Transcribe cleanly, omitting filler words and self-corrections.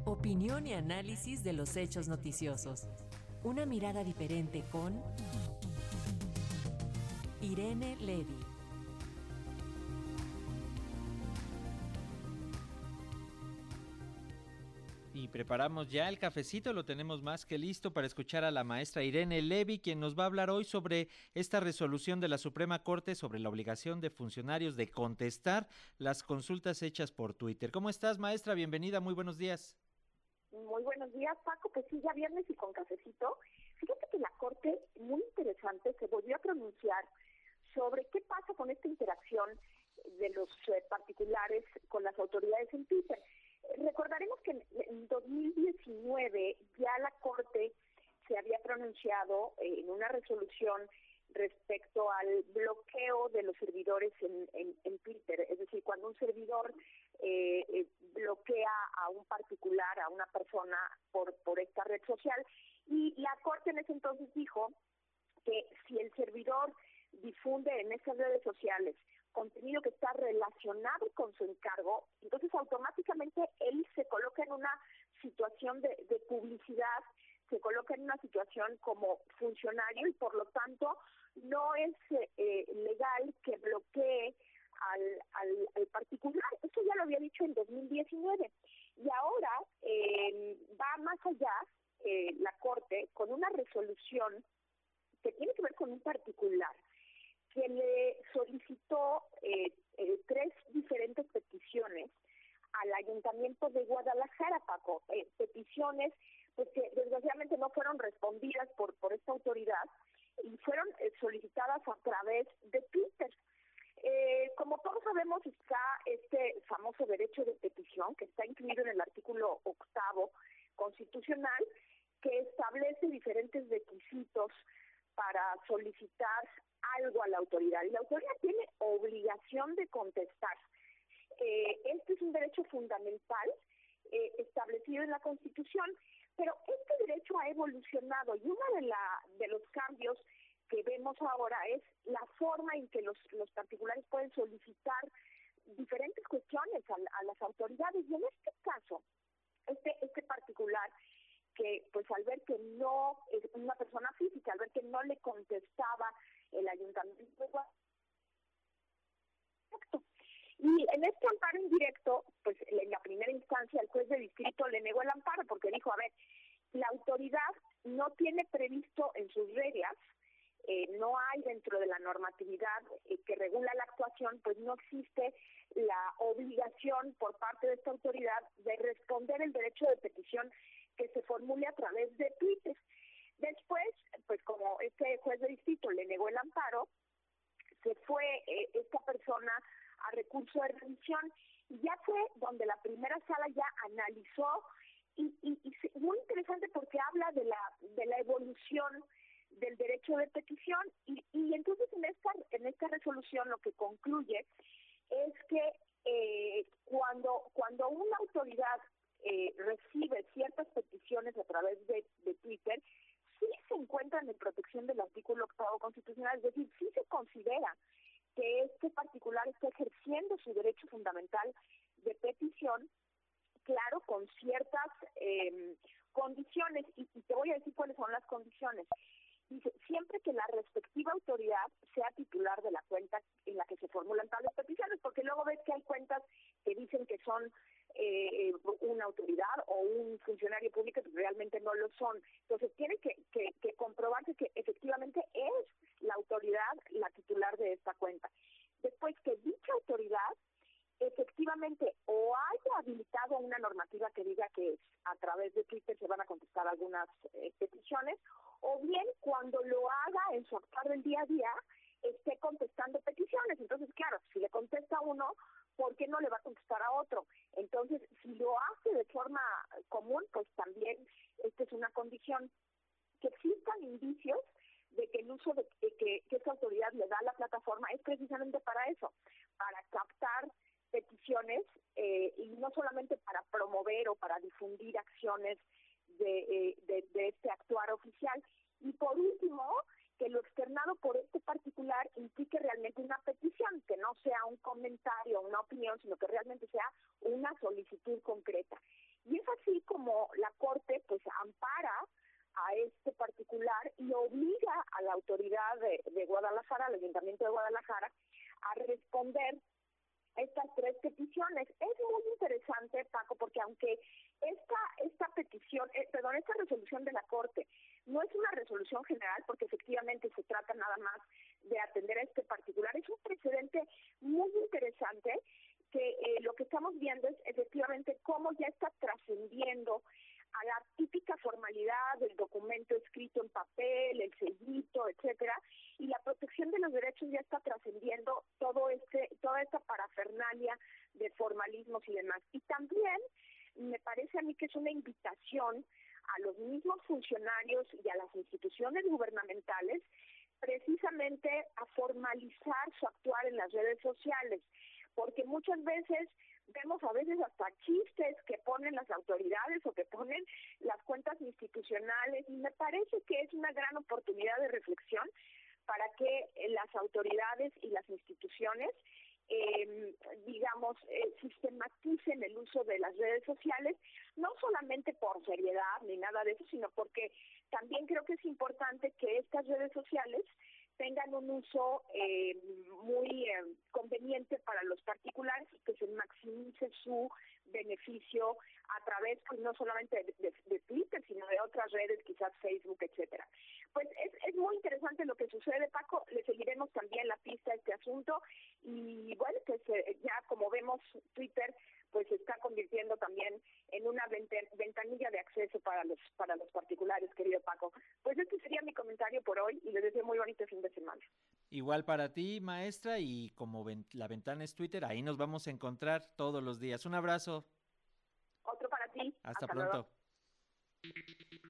Opinión y análisis de los hechos noticiosos. Una mirada diferente con Irene Levy. Y preparamos ya el cafecito, lo tenemos más que listo para escuchar a la maestra Irene Levy, quien nos va a hablar hoy sobre esta resolución de la Suprema Corte sobre la obligación de funcionarios de contestar las consultas hechas por Twitter. ¿Cómo estás, maestra? Bienvenida, muy buenos días. Muy buenos días, Paco. Pues sí, ya viernes y con cafecito. Fíjate que la Corte, muy interesante, se volvió a pronunciar sobre qué pasa con esta interacción de los particulares con las autoridades en Twitter. Recordaremos que en 2019 ya la Corte se había pronunciado en una resolución respecto al bloqueo de los servidores en Twitter, es decir, cuando un servidor bloquea a un particular, a una persona por esta red social, y la Corte en ese entonces dijo que si el servidor difunde en esas redes sociales contenido que está relacionado con su encargo, entonces automáticamente él se coloca en una situación de publicidad, se coloca en una situación como funcionario y por lo tanto no es legal que bloquee al particular. Esto ya lo había dicho en 2019 y ahora va más allá la Corte con una resolución que tiene que ver con un particular que le solicitó 3 diferentes peticiones al Ayuntamiento de Guadalajara, Paco, peticiones pues que desgraciadamente no fueron respondidas por esta autoridad y fueron solicitadas a través de Twitter. Como todos sabemos, está este famoso derecho de petición que está incluido en el artículo 8º constitucional, que establece diferentes requisitos para solicitar algo a la autoridad, y la autoridad tiene obligación de contestar. Este es un derecho fundamental establecido en la Constitución, pero este derecho ha evolucionado y uno de los cambios que vemos ahora es la forma en que los particulares pueden solicitar diferentes cuestiones a las autoridades, y en este caso, este particular que pues al ver que no es una persona física, al ver que no le contestaba el ayuntamiento, y en este amparo indirecto, pues en la primera instancia el juez de distrito le negó el amparo porque dijo, a ver, la autoridad no tiene previsto en sus reglas, no hay dentro de la normatividad que regula la actuación, pues no existe la obligación por parte de esta autoridad de responder el derecho de petición que se formule a través de Twitter. Después, pues como este juez de distrito le negó el amparo, se fue esta persona a recurso de revisión y ya fue donde la primera sala ya analizó y muy interesante porque habla de la evolución del derecho de petición y entonces en esta resolución lo que concluye es que cuando una autoridad recibe ciertas peticiones a través de Twitter, sí se encuentran en protección del artículo 8º constitucional, es decir, sí se considera que este particular está ejerciendo su derecho fundamental de petición, claro, con ciertas condiciones, y te voy a decir cuáles son las condiciones. Dice, siempre que la respectiva autoridad sea titular de la cuenta en la que se formulan tales peticiones, porque luego ves que hay cuentas que dicen que son una autoridad o un funcionario público que realmente no lo son. Entonces tiene que comprobarse que efectivamente es la autoridad la titular de esta cuenta. Después que dicha autoridad efectivamente o haya habilitado una normativa que diga que a través de Twitter se van a contestar algunas peticiones, o bien cuando lo haga en su actuar del día a día esté contestando peticiones. Entonces, claro, si le contesta a uno, ¿por qué no le va a contestar a otro? Entonces, si lo hace de forma común, pues también esta es una condición. Que existan indicios de que el uso de que esta autoridad le da a la plataforma es precisamente para eso, para captar peticiones y no solamente para promover o para difundir acciones de este actuar oficial. Y por último, que lo externado por este particular implique realmente una petición, que no sea un comentario, una opinión, sino que realmente sea una solicitud concreta. Y es así como peticiones. Es muy interesante, Paco, porque aunque esta petición, esta resolución de la Corte no es una resolución general, porque efectivamente se trata nada más de atender a este particular, es un precedente muy interesante que lo que estamos viendo es efectivamente cómo ya está trascendiendo a la típica formalidad del documento escrito en papel, el sellito, etcétera, y la protección de los derechos ya está trascendiendo toda esta parafernalia de formalismos y demás. Y también me parece a mí que es una invitación a los mismos funcionarios y a las instituciones gubernamentales precisamente a formalizar su actuar en las redes sociales, porque muchas veces vemos a veces hasta chistes que ponen las autoridades o que ponen las cuentas institucionales, y me parece que es una gran oportunidad de reflexión para que las autoridades y las instituciones sistematicen el uso de las redes sociales, no solamente por seriedad ni nada de eso, sino porque también creo que es importante que estas redes sociales tengan un uso muy conveniente para los particulares y que se maximice su beneficio a través, pues no solamente de Twitter, sino de otras redes, quizás Facebook, etcétera. Pues es muy interesante lo que sucede, Paco. Le seguiremos también la pista a este asunto y bueno, pues ya como vemos, Twitter pues se está convirtiendo también en una ventanilla de acceso para los particulares, querido Paco. Pues este sería mi comentario por hoy y les deseo muy bonito fin de semana. Igual para ti, maestra, y como la ventana es Twitter, ahí nos vamos a encontrar todos los días. Un abrazo. Otro para ti. Hasta pronto. Luego.